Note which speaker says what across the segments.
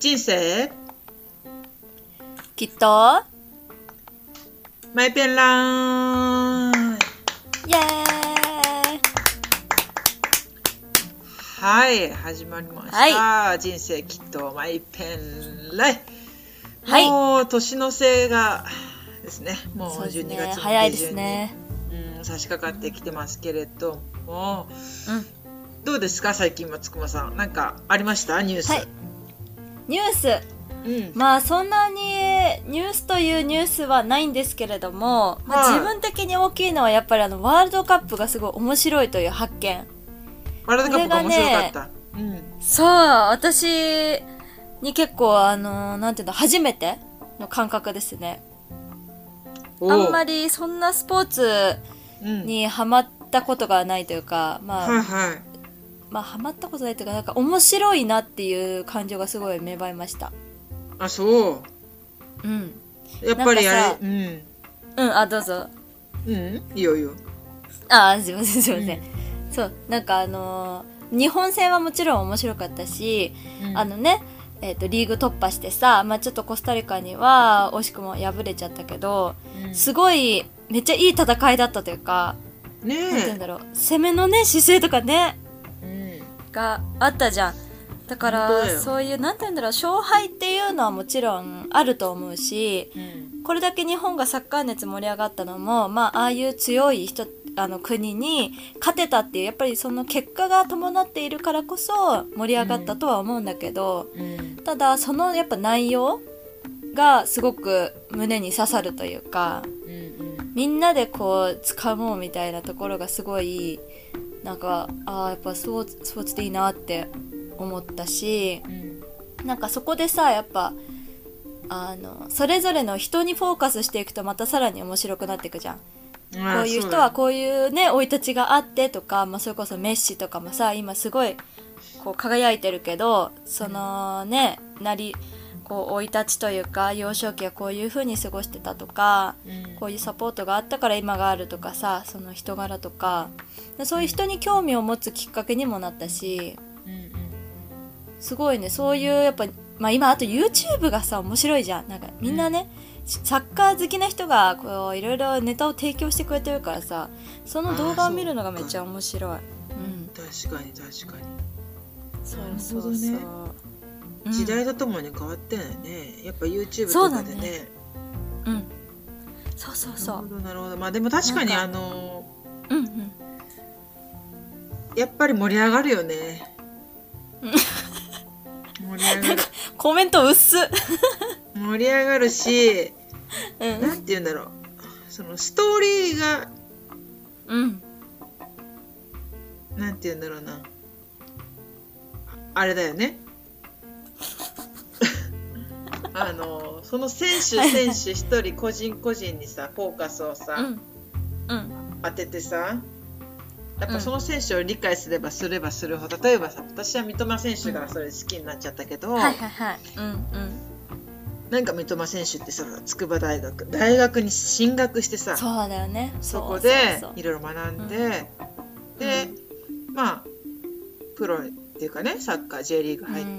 Speaker 1: 人生
Speaker 2: きっと
Speaker 1: マイペンラン。
Speaker 2: イエーイ。
Speaker 1: はい、始まりました、はい、人生きっとマイペンライ。
Speaker 2: はい、
Speaker 1: もう年の瀬がですね、もう12月の下旬に、
Speaker 2: 早いですね。
Speaker 1: 差し掛かってきてますけれども、どうですか最近はつくまさん、なんかありましたニュース？
Speaker 2: はい、ニュース、まあそんなにニュースというニュースはないんですけれども、自分的に大きいのはやっぱりワールドカップがすごい面白いという発見。
Speaker 1: ワールドカップが面白かった、
Speaker 2: そう、私に結構なんていうの、初めての感覚ですね。あんまりそんなスポーツにハマったことがないというか、まあハマったことないというか、なんか面白いなっていう感情がすごい芽生えました。
Speaker 1: あ、そう。やっぱりあれ、
Speaker 2: あ、どうぞ。
Speaker 1: いいよいいよ。
Speaker 2: あ、すいませんすいません。そう、なんか日本戦はもちろん面白かったし、リーグ突破してさ、ちょっとコスタリカには惜しくも敗れちゃったけど、すごいめっちゃいい戦いだったというか、なんて言うんだろう、攻めのね姿勢とかね、があったじゃん。だからそういうなんて言うんだろう、勝敗っていうのはもちろんあると思うし、これだけ日本がサッカー熱盛り上がったのも、ああいう強い国に勝てたっていう、やっぱりその結果が伴っているからこそ盛り上がったとは思うんだけど、ただそのやっぱ内容がすごく胸に刺さるというか、みんなでこう掴もうみたいなところがすごいなんか、やっぱスポーツっていいなって思ったし、なんかそこでさ、やっぱそれぞれの人にフォーカスしていくとまたさらに面白くなっていくじゃん。こういう人はこういうね生い立ちがあってとか、それこそメッシとかもさ、今すごいこう輝いてるけど、そのねこう生い立ちというか、幼少期はこういう風に過ごしてたとか、こういうサポートがあったから今があるとかさ、その人柄とか、そういう人に興味を持つきっかけにもなったし、すごいね、そういうやっぱ、今あと YouTube がさ面白いじゃん。なんかみんなね、サッカー好きな人がこういろいろネタを提供してくれてるからさ、その動画を見るのがめっちゃ面白い。
Speaker 1: 確かに確かに。
Speaker 2: そうそうそう、
Speaker 1: 時代とともに変わってんよね。やっぱ YouTube とかでね。
Speaker 2: そうそうそう。
Speaker 1: なるほど。でも確かにやっぱり盛り上がるよね。盛り上がる。
Speaker 2: コメント薄っ。
Speaker 1: 盛り上がるし、なんて言うんだろう、そのストーリーが、なんて言うんだろうな、あれだよね。その選手一人個人個人にさフォーカスをさ、当ててさ、やっぱその選手を理解すればするほど、例えばさ、私は三笘選手がそれ好きになっちゃったけど、なんか三笘選手ってさ、筑波大学に進学してさ、
Speaker 2: そうだよね、
Speaker 1: そこでいろいろ学んで、でプロっていうかね、サッカー J リーグ入って、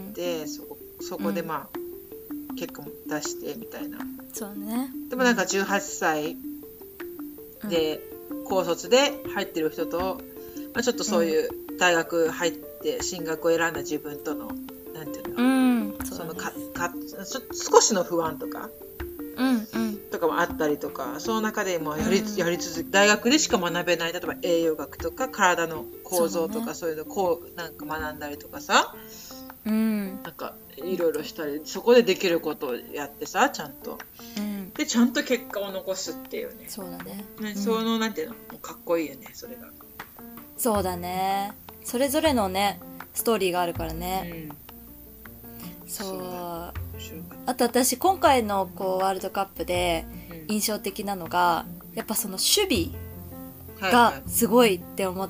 Speaker 1: そこで結果も出してみたいな。
Speaker 2: そうね。
Speaker 1: でもなんか18歳で高卒で入ってる人と、ちょっとそういう大学入って進学を選んだ自分とのなんていうの、その少しの不安とか、とかもあったりとか、その中でもやり続け、大学でしか学べない、例えば栄養学とか体の構造とか、そういうのなんか学んだりとかさ、なんかいろいろしたり、そこでできることをやってさ、ちゃんと、でちゃんと結果を残すっていうね。
Speaker 2: そうだね。
Speaker 1: そのなんていうの、もうかっこいいよね、それが。
Speaker 2: そうだね。それぞれのねストーリーがあるからね。そう。あと私今回のこうワールドカップで印象的なのが、やっぱその守備がすごいって思って、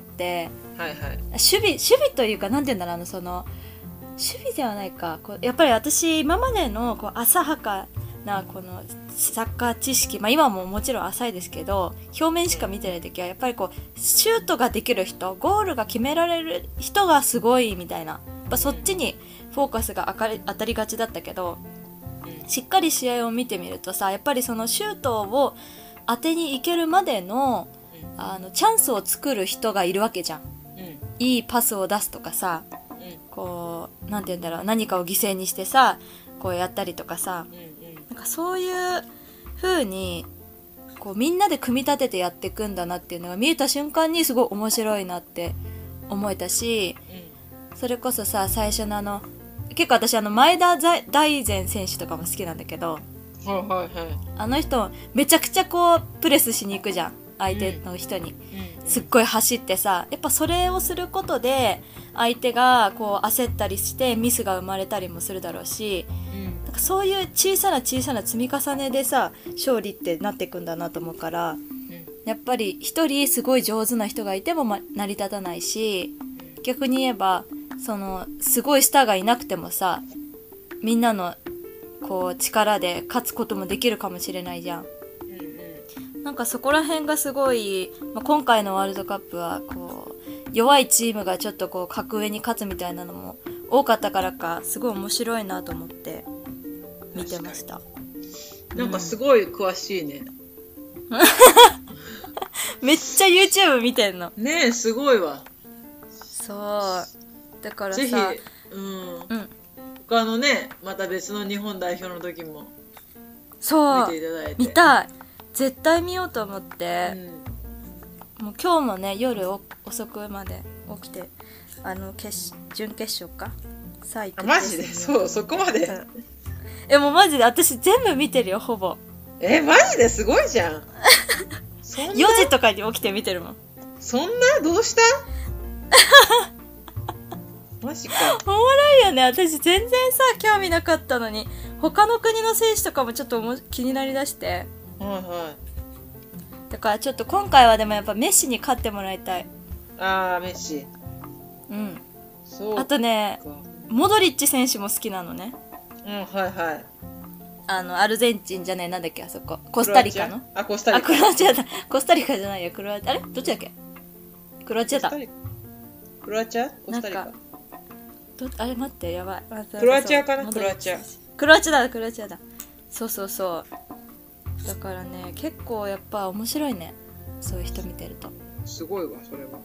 Speaker 2: 守備というか、なんていうんだろう、その守備ではないか、やっぱり私今までのこう浅はかなこのサッカー知識、今ももちろん浅いですけど、表面しか見てない時はやっぱりこうシュートができる人、ゴールが決められる人がすごいみたいなぱそっちにフォーカスが当たりがちだったけど、しっかり試合を見てみるとさ、やっぱりそのシュートを当てに行けるまでの、チャンスを作る人がいるわけじゃん、いいパスを出すとかさ、こうなんて言うんだろう、何かを犠牲にしてさこうやったりとかさ、なんかそういう風にこうみんなで組み立ててやっていくんだなっていうのが見えた瞬間にすごい面白いなって思えたし、それこそさ最初の結構私前田大然選手とかも好きなんだけど、あの人めちゃくちゃこうプレスしに行くじゃん相手の人に、すっごい走ってさ、やっぱそれをすることで相手がこう焦ったりしてミスが生まれたりもするだろうし、なんかそういう小さな積み重ねでさ勝利ってなっていくんだなと思うから、やっぱり一人すごい上手な人がいても、成り立たないし、逆に言えばそのすごいスターがいなくてもさみんなのこう力で勝つこともできるかもしれないじゃん。なんかそこら辺がすごい、今回のワールドカップはこう弱いチームがちょっとこう格上に勝つみたいなのも多かったからか、すごい面白いなと思って見てました。
Speaker 1: なんかすごい詳しいね、
Speaker 2: めっちゃ YouTube 見てんの
Speaker 1: ねえ、すごいわ。
Speaker 2: そうだからさ、
Speaker 1: ぜひ、他のねまた別の日本代表の時も
Speaker 2: そう
Speaker 1: 見ていただいて、
Speaker 2: 見たい、絶対見ようと思って、もう今日もね夜遅くまで起きて準決勝かさあ
Speaker 1: マジでそこまで、
Speaker 2: もうマジで私全部見てるよほぼ。
Speaker 1: マジですごいじゃんそんな
Speaker 2: 4時とかに起きて見てるもん。
Speaker 1: そんなどうしたマジか。
Speaker 2: おもろいよね。私全然さ興味なかったのに他の国の選手とかもちょっと気になりだして、だからちょっと今回はでもやっぱメッシに勝ってもらいたい。
Speaker 1: メッシ、
Speaker 2: あとねモドリッチ選手も好きなのね。アルゼンチンじゃねえ、なんだっけあそこ、コスタリカの
Speaker 1: コスタリカ、
Speaker 2: クロアチアだ。コスタリカじゃないよ、クロアチア、あれどっちだっけ、クロアチアだ。
Speaker 1: クロアチアコスタリカ
Speaker 2: あれ待ってやばい、
Speaker 1: クロアチアかな、クロアチア
Speaker 2: だ。そうだからね結構やっぱ面白いね、そういう人見てると。
Speaker 1: すごいわそれは。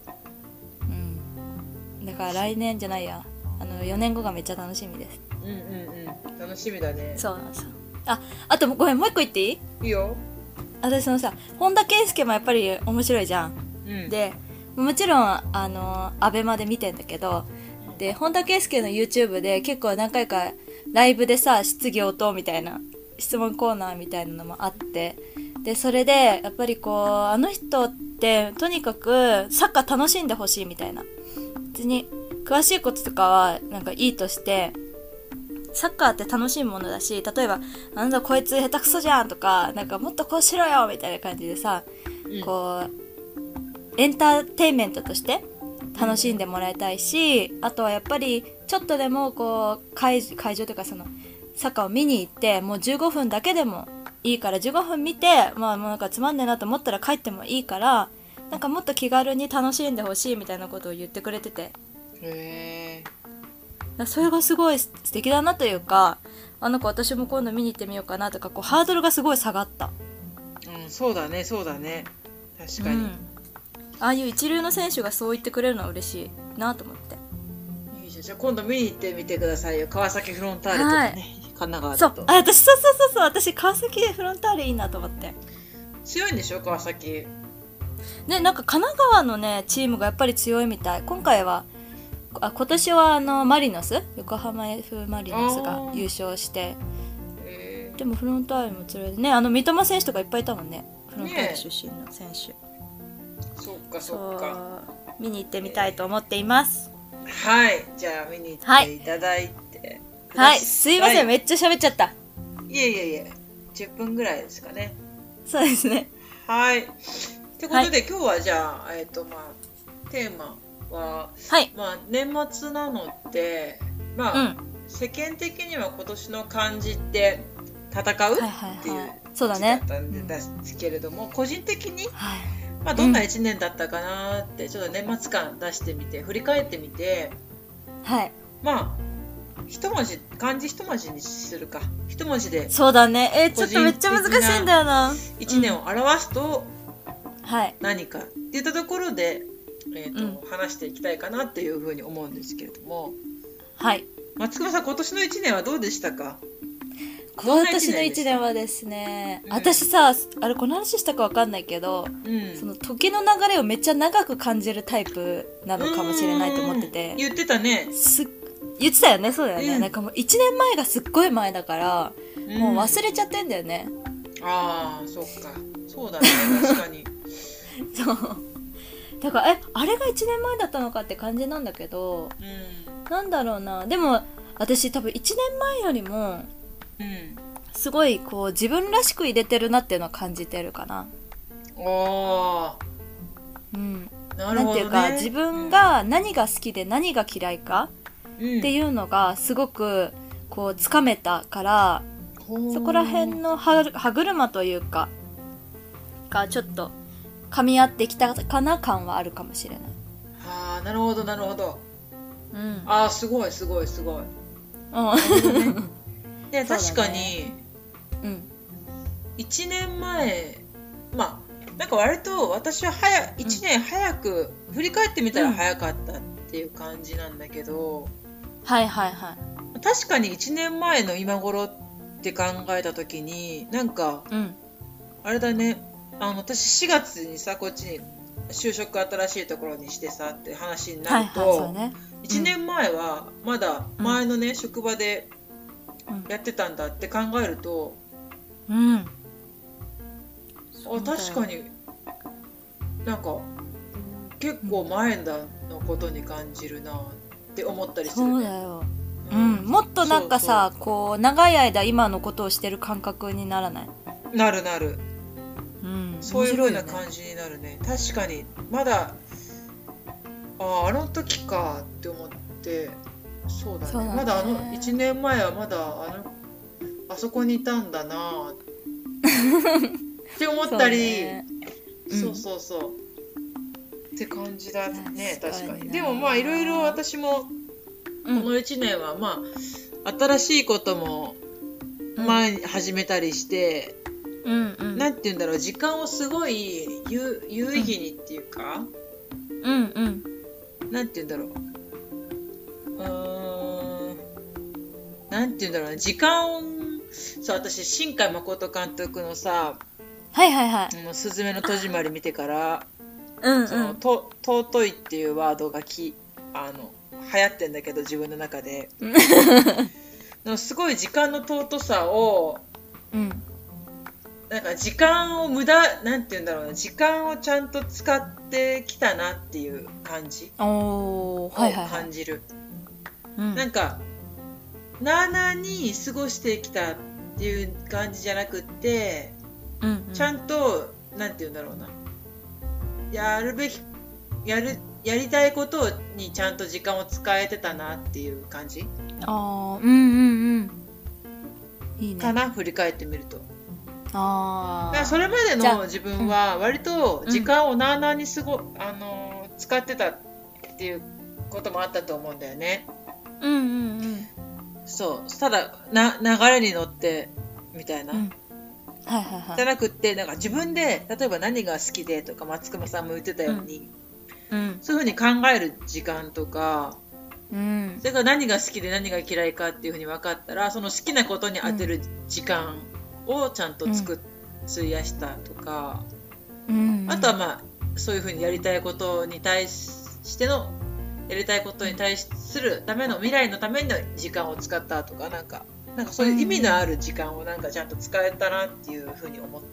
Speaker 2: だから来年じゃないや、4年後がめっちゃ楽しみです。
Speaker 1: 楽しみだね。
Speaker 2: そうなんですよ。あとごめん、もう一個言っていい？
Speaker 1: いいよ。
Speaker 2: 私さ本田圭佑もやっぱり面白いじゃん、でもちろんアベマで見てんだけど、で本田圭佑の YouTube で結構何回かライブでさ質疑応答みたいな質問コーナーみたいなのもあって、でそれでやっぱりこうあの人ってとにかくサッカー楽しんでほしいみたいな、別に詳しいこととかはなんかいいとして、サッカーって楽しいものだし、例えばなんだこいつ下手くそじゃんとか、なんかもっとこうしろよみたいな感じでさ、こうエンターテインメントとして楽しんでもらいたいし、あとはやっぱりちょっとでもこう会場というかそのサッカーを見に行ってもう15分だけでもいいから15分見て、もうなんかつまんねえなと思ったら帰ってもいいから、なんかもっと気軽に楽しんでほしいみたいなことを言ってくれてて、それがすごい素敵だなというか、私も今度見に行ってみようかなとか、こうハードルがすごい下がった。
Speaker 1: そうだね確かに、
Speaker 2: ああいう一流の選手がそう言ってくれるのは嬉しいなと思って。
Speaker 1: いいじゃん、今度見に行ってみてくださいよ、川崎フロンターレとかね、神奈川だと。
Speaker 2: 私川崎フロンターレいいなと思って。
Speaker 1: 強いんでしょ川崎
Speaker 2: ね。なんか神奈川のねチームがやっぱり強いみたい。今年はマリノス、横浜 F マリノスが優勝して、でもフロンターレも強いね。三笘選手とかいっぱいいたもんね、フロンターレ出身の選手。
Speaker 1: そっか
Speaker 2: 見に行ってみたいと思っています。
Speaker 1: はい、じゃあ見に行っていただいて、
Speaker 2: はい、すいません、めっちゃ喋っちゃった。
Speaker 1: いえ10分ぐらいですかね。
Speaker 2: そうですね。
Speaker 1: はい、ってことで、今日はじゃあテーマは、年末なので、世間的には今年の漢字って戦うっていう字だったんですけれども、個人的に、どんな1年だったかなってちょっと年末感出してみて振り返ってみて、 まあ一文字、漢字一文字にするか。一文字で。
Speaker 2: そうだね。ちょっとめっちゃ難しいんだよな。
Speaker 1: 一年を表すと
Speaker 2: はい
Speaker 1: 何かっていったところで、話していきたいかなっていうふうに思うんですけれども。
Speaker 2: はい。
Speaker 1: 松隈さん、今年の一年はどうでしたか？
Speaker 2: 今年の一年はですね、私さ、あれこの話したかわかんないけど、その時の流れをめっちゃ長く感じるタイプなのかもしれないと思ってて。
Speaker 1: 言ってたね。
Speaker 2: 言ってたよね。そうだよね。なんかもう1年前がすっごい前だから、もう忘れちゃってんだよね。
Speaker 1: ああ、そっか。そうだね、確かに。
Speaker 2: そう。だからあれが1年前だったのかって感じなんだけど、なんだろうな。でも私多分1年前よりもすごいこう自分らしく入れてるなっていうのは感じてるかな。
Speaker 1: ああ、なるほどね。
Speaker 2: なんていうか、自分が何が好きで何が嫌いかっていうのがすごくこうつかめたから、そこら辺の歯車というかがちょっと噛み合ってきたかな感はあるかもしれない。
Speaker 1: ああ、なるほどなるほど。ああ、すごいすごいすごい。で、確かに、1年前、まあなんか割と私は1年早く、振り返ってみたら早かったっていう感じなんだけど、
Speaker 2: はいはいはい。
Speaker 1: 確かに1年前の今頃って考えた時に、なんか、あれだね、私4月にさ、こっちに就職新しいところにしてさって話になると、1年前はまだ前のね、職場でやってたんだって考えると、確かになんか結構前だのことに感じるなって思ったりする、ね。
Speaker 2: そうだよ。もっとなんかさ、こう長い間今のことをしてる感覚にならない？
Speaker 1: なるなる。そういう風な感じになるね。確かにまだあの時かって思って、そうだね。まだ1年前はまだあそこにいたんだなって思ったり、そうそうそうって感じだね。確かに。でもまあいろいろ私もこの1年はまあ新しいことも前に始めたりして、なんて言うんだろう、時間をすごい有意義にっていうか、なんて言うんだろう、なんて言うんだろうね、時間を、そう、私新海誠監督のさ、すずめの戸締まり見てから、その尊いっていうワードが流行ってんだけど、自分の中ですごい時間の尊さを、なんか時間をなんて言うんだろうな、時間をちゃんと使ってきたなっていう感じを感じる。なんかなあなあに過ごしてきたっていう感じじゃなくって、ちゃんとなんて言うんだろうな、やりたいことにちゃんと時間を使えてたなっていう感じ。いいね。かな、振り返ってみると。だからそれまでの自分は割と時間をなあなあに使ってたっていうこともあったと思うんだよね。そう、ただ流れに乗ってみたいな、じゃなくって、なんか自分で例えば何が好きでとか、松隈さんも言ってたように、そういうふうに考える時間とか、それから何が好きで何が嫌いかっていうふうに分かったら、その好きなことに当てる時間をちゃんと費やしたとか、あとはまあそういうふうにやりたいことに対しての、やりたいことに対するための、未来のための時間を使ったとか、なんかそういう意味のある時間をなんかちゃんと使えたなっていうふうに思った。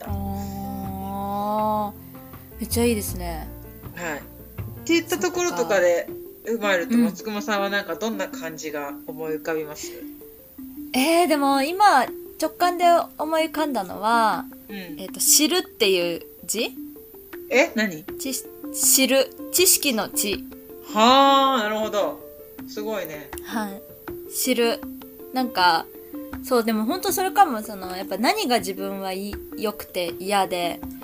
Speaker 2: めっちゃいいですね。
Speaker 1: はい。っていったところとかで踏まえると、松隈さんはなんかどんな感じが思い浮かびます？で
Speaker 2: も今直感で思い浮かんだのは、知るっていう字？
Speaker 1: 何？
Speaker 2: 知る、知識の知。
Speaker 1: はあ、なるほど。すごいね。
Speaker 2: はい。知る。なんか、そう、でも本当それかも、やっぱ何が自分は良くて嫌で、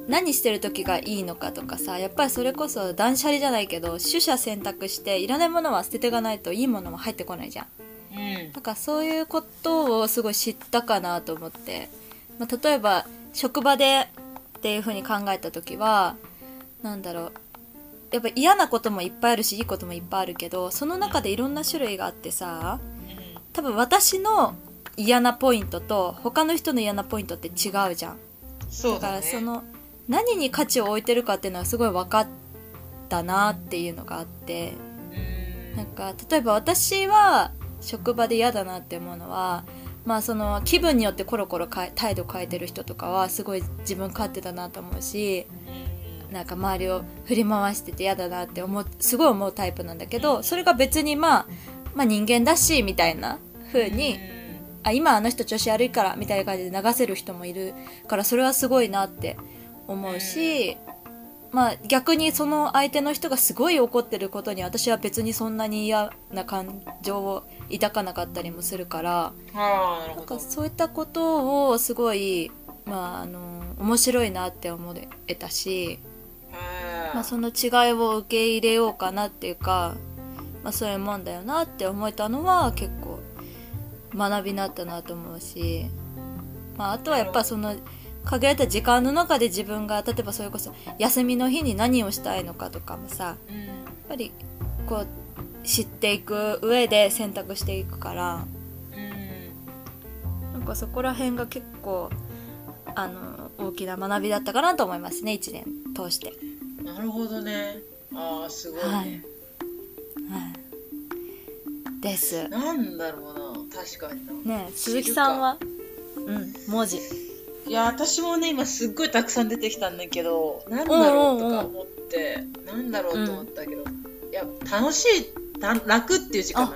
Speaker 2: 何してる時がいいのかとかさ、やっぱりそれこそ断捨離じゃないけど取捨選択していらないものは捨てていかないといいものも入ってこないじゃん。なんかそういうことをすごい知ったかなと思って、例えば職場でっていう風に考えた時はなんだろう、やっぱ嫌なこともいっぱいあるしいいこともいっぱいあるけど、その中でいろんな種類があってさ、多分私の嫌なポイントと他の人の嫌なポイントって違うじゃん。
Speaker 1: そうだね。
Speaker 2: だからその何に価値を置いてるかっていうのはすごい分かったなっていうのがあって、なんか例えば私は職場で嫌だなって思うのは、その気分によってコロコロ態度変えてる人とかはすごい自分勝手だなと思うし、なんか周りを振り回してて嫌だなってすごい思うタイプなんだけど、それが別に人間だしみたいな風に、今あの人調子悪いからみたいな感じで流せる人もいるから、それはすごいなって思うし、逆にその相手の人がすごい怒ってることに私は別にそんなに嫌な感情を抱かなかったりもするから、なんかそういったことをすごい、面白いなって思えたし、その違いを受け入れようかなっていうか、そういうもんだよなって思えたのは結構学びになったなと思うし、あとはやっぱその限られた時間の中で自分が例えばそれこそ休みの日に何をしたいのかとかもさ、やっぱりこう知っていく上で選択していくから、なんかそこら辺が結構大きな学びだったかなと思いますね、1年通して。
Speaker 1: なるほどね。すごいね。
Speaker 2: です。
Speaker 1: なんだろうな、確かにな。
Speaker 2: ねえ、鈴木さんは文字。
Speaker 1: いや、私もね今すっごいたくさん出てきたんだけど、なんだろうとか思って、なんだろうと思ったけど、いや楽しい、楽っていう字かな。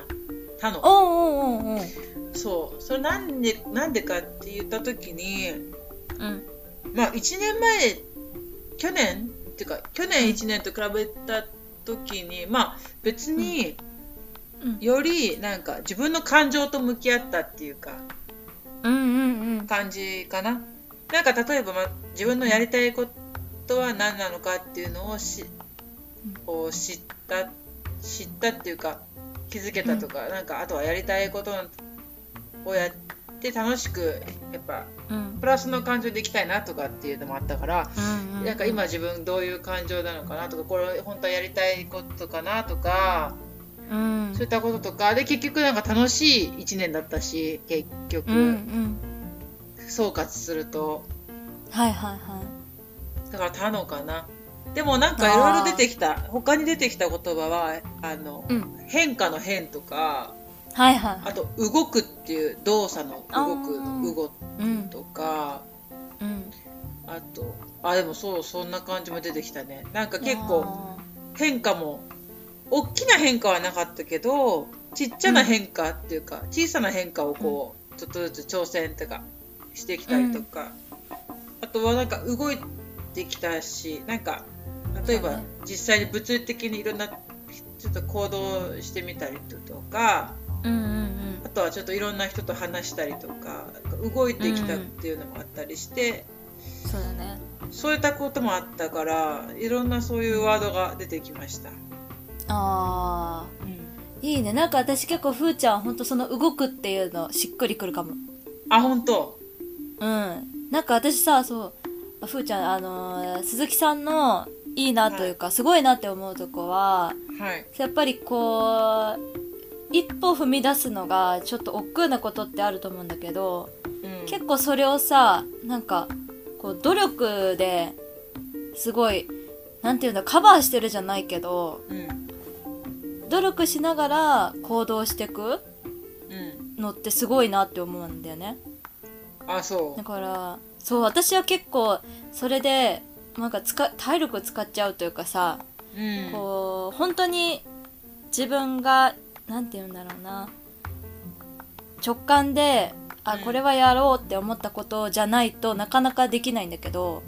Speaker 1: そう、それなんでかって言った時に、1年前、去年っていうか去年1年と比べた時に、別によりなんか自分の感情と向き合ったっていうか、感じかな。なんか例えば、自分のやりたいことは何なのかっていうのを知ったっていうか気づけたとか、なんかあとはやりたいことをやって楽しくやっぱ、プラスの感情でいきたいなとかっていうのもあったから、なんか今自分どういう感情なのかなとか、これ本当はやりたいことかなとか、そういったこととかで結局なんか楽しい1年だったし、結局、総括すると、だから他のかな。でもなんかいろいろ出てきた、他に出てきた言葉は変化の変とか、あと動くっていう動作の動くの動とか、あとでもそんな感じも出てきたね。なんか結構変化も大きな変化はなかったけど、ちっちゃな変化っていうか、小さな変化をこうちょっとずつ挑戦とかしてきたりとか、あとはなんか動いてきたし、なんか例えば実際に物理的にいろんなちょっと行動してみたりとか、あとはちょっといろんな人と話したりとか、動いてきたっていうのもあったりして、
Speaker 2: そうだね。
Speaker 1: そういったこともあったから、いろんなそういうワードが出てきました。
Speaker 2: いいね。なんか私結構ふーちゃんほんとその動くっていうのしっくりくるかも。
Speaker 1: 本当？
Speaker 2: なんか私さ、ふーちゃん鈴木さんのいいなというか、すごいなって思うとこは、やっぱりこう一歩踏み出すのがちょっと億劫なことってあると思うんだけど、結構それをさ、なんかこう努力ですごいなんていうんだ、カバーしてるじゃないけど、努力しながら行動していくのってすごいなって思うんだよね。
Speaker 1: そう
Speaker 2: だから私は結構それでなんか体力使っちゃうというかさ、こう本当に自分がなんていうんだろうな、直感でこれはやろうって思ったことじゃないとなかなかできないんだけど、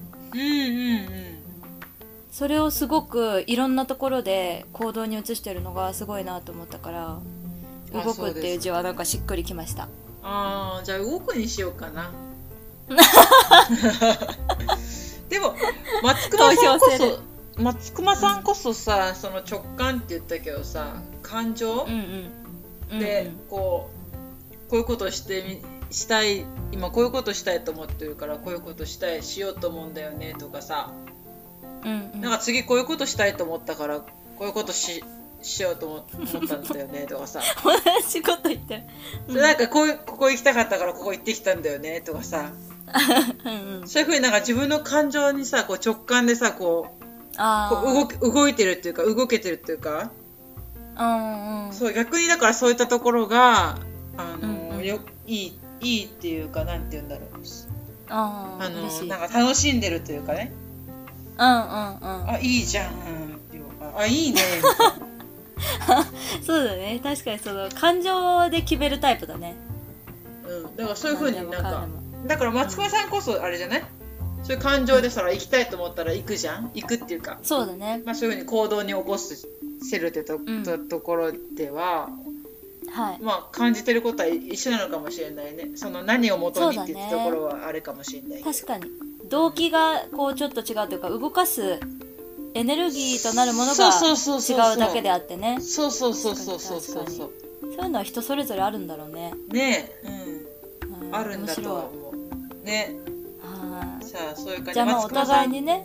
Speaker 2: それをすごくいろんなところで行動に移してるのがすごいなと思ったから、動くっていう字はなんかしっくりきました。
Speaker 1: じゃあ動くにしようかな。 でも松隈さんこそ松隈さんこそさ、その直感って言ったけどさ、感情、でこういうことしたい、今こういうことしたいと思ってるからこういうことしようと思うんだよねとかさ、なんか次こういうことしたいと思ったからこういうことしようと思ったんだよねとかさ
Speaker 2: 同じこと言ってる、
Speaker 1: なんかここ行きたかったからここ行ってきたんだよねとかさそういうふうになんか自分の感情にさ、こう直感でさ、こう動いてるっていうか動けてるっていうか、そう逆にだからそういったところがいいっていうか、なんて言うんだろう、なんか楽しんでるというかね、あ、いいじゃん、あ、いいねみたいな
Speaker 2: そうだね、確かにその感情で決めるタイプだね。
Speaker 1: だからそういう風になんか、だから松隈さんこそあれじゃない、そういう感情でそら行きたいと思ったら行くじゃん、行くっていうか、
Speaker 2: そうだね、
Speaker 1: そういう風に行動に起こせるってところでは、感じてることは一緒なのかもしれないね。その何を元にっていうところはあれかもしれないけど、
Speaker 2: 確かに動機がこうちょっと違うというか、動かすエネルギーとなるものが違うだけであってね。
Speaker 1: そうそう
Speaker 2: いうのは人それぞれあるんだろうね。
Speaker 1: ねえ、あるんだとは思うね。さあそういう感じで、
Speaker 2: じゃあまあお互いにね、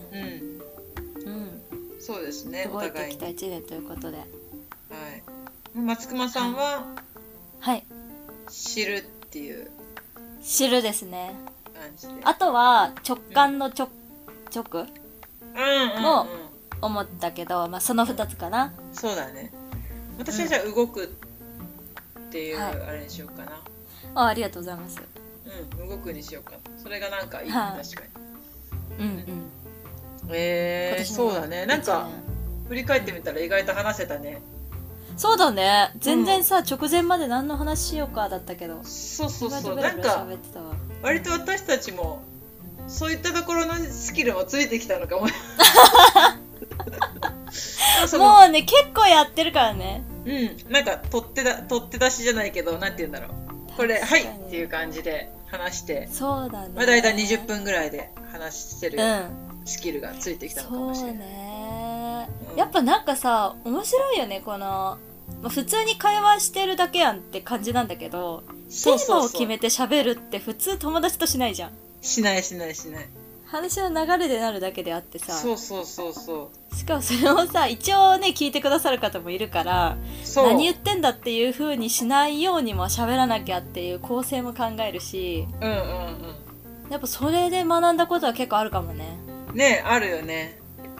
Speaker 1: そうですね、
Speaker 2: 動いてきた1年ということで、
Speaker 1: 松隈さんは
Speaker 2: はい
Speaker 1: 知るっていう
Speaker 2: 知るですね。
Speaker 1: 感じで、
Speaker 2: あとは直感の直も思ったけど、その2つかな。
Speaker 1: そうだね。私はじゃあ動くっていうあれにしようかな。
Speaker 2: ありがとうございます。
Speaker 1: 動くにしようかな。それがなんかいい、確かに。そうだね。なんか振り返ってみたら意外と話せたね。
Speaker 2: そうだね。全然さ、直前まで何の話しようかだったけど。
Speaker 1: そうなんか割と私たちもそういったところのスキルもついてきたのかも。
Speaker 2: もうね、結構やってるからね。
Speaker 1: なんか取って出しじゃないけど、なんて言うんだろう、これはいっていう感じで話して、
Speaker 2: そうだね、
Speaker 1: だいたい20分ぐらいで話せるスキルがついてきたのかもしれない。そう
Speaker 2: ね、やっぱなんかさ、面白いよね、この普通に会話してるだけやんって感じなんだけど、テーマを決めて喋るって普通友達としないじゃん。
Speaker 1: しない
Speaker 2: 話の流れでなるだけであってさ、
Speaker 1: そう
Speaker 2: しかもそれをさ、一応ね聞いてくださる方もいるから、何言ってんだっていう風にしないようにも喋らなきゃっていう構成も考えるし、やっぱそれで学んだことは結構あるかもね。
Speaker 1: ね、あるよね。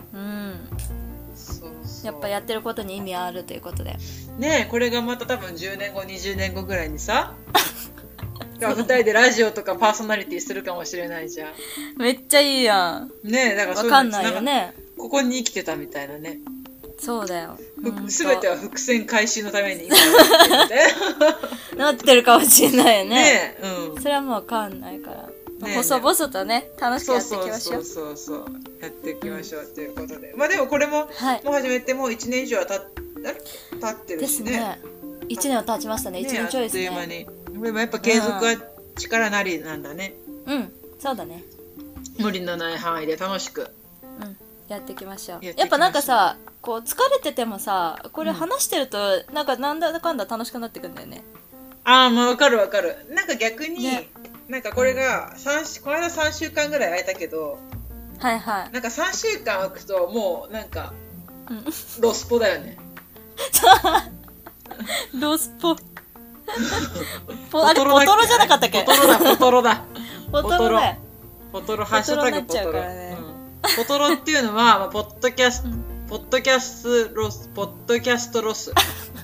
Speaker 2: やっぱやってることに意味あるということで
Speaker 1: ね。これがまた多分10年後20年後ぐらいにさ2人でラジオとかパーソナリティするかもしれないじゃん。
Speaker 2: めっちゃいいやん
Speaker 1: ね。だからそういうの分かんないよね。ここに生きてたみたいなね。
Speaker 2: そうだよ。
Speaker 1: 全ては伏線回収のために今
Speaker 2: なってるかもしれないよね。それはもう分かんないから、細々とね、楽しくやっていきましょう。
Speaker 1: そうやっていきましょうということで、でもこれも、もう始めてもう1年以上は経ってるしね。ですね。
Speaker 2: 1年は経ちましたね。1年ちょいですね。
Speaker 1: あっという間に。でもやっぱ継続は力なりなんだね。
Speaker 2: そうだね。
Speaker 1: 無理のない範囲で楽しく
Speaker 2: やっていきましょう。やっぱなんかさ、こう疲れててもさ、これ話してるとなんかなんだかんだ楽しくなってくんだよね。
Speaker 1: わかる。なんか逆に、なんかこれがこの間3週間ぐらい空いたけど、なんか3週間空くともうなんか、ロスポだよね。
Speaker 2: ロスポあれポトロじゃなかったっけ？
Speaker 1: ポトロだ。
Speaker 2: ポトロ
Speaker 1: ハッシュタグポトロ。ポトロっていうのはポッドキャストロス。そう、ポッドキャストロス。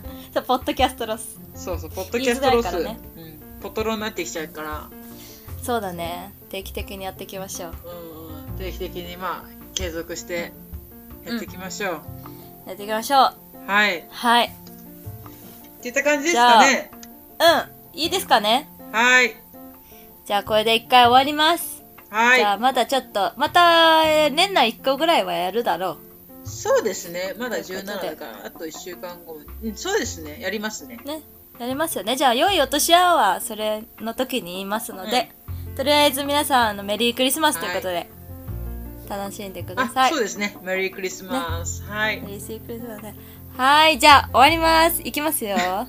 Speaker 1: そう、ポッドキャストロス。ポトロになってきちゃうから。
Speaker 2: そうだね。定期的にやっていきましょう。
Speaker 1: 定期的に継続してやっていきましょう。
Speaker 2: やっていきましょう。
Speaker 1: はい。っていった感じですかね。
Speaker 2: いいですかね。
Speaker 1: はい。
Speaker 2: じゃあこれで1回終わります。じゃあまたちょっと、また年内1個ぐらいはやるだろ
Speaker 1: う。そうですね。まだ17だからあと1週間後。そうですね。やりますね。
Speaker 2: やりますよね。じゃあ良いお年ははそれの時に言いますので、とりあえず皆さんメリークリスマスということで、 楽しんでください。
Speaker 1: そうですね。メリークリスマス。はい。
Speaker 2: メリークリスマス。はい、じゃあ終わります。いきますよ。
Speaker 1: はい。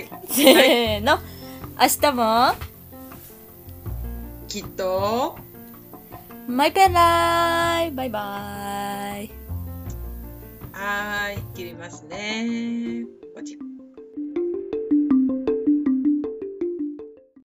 Speaker 2: せーの。明日も
Speaker 1: きっと
Speaker 2: マイペンライバイバイ。
Speaker 1: はい。切りますね。こっち。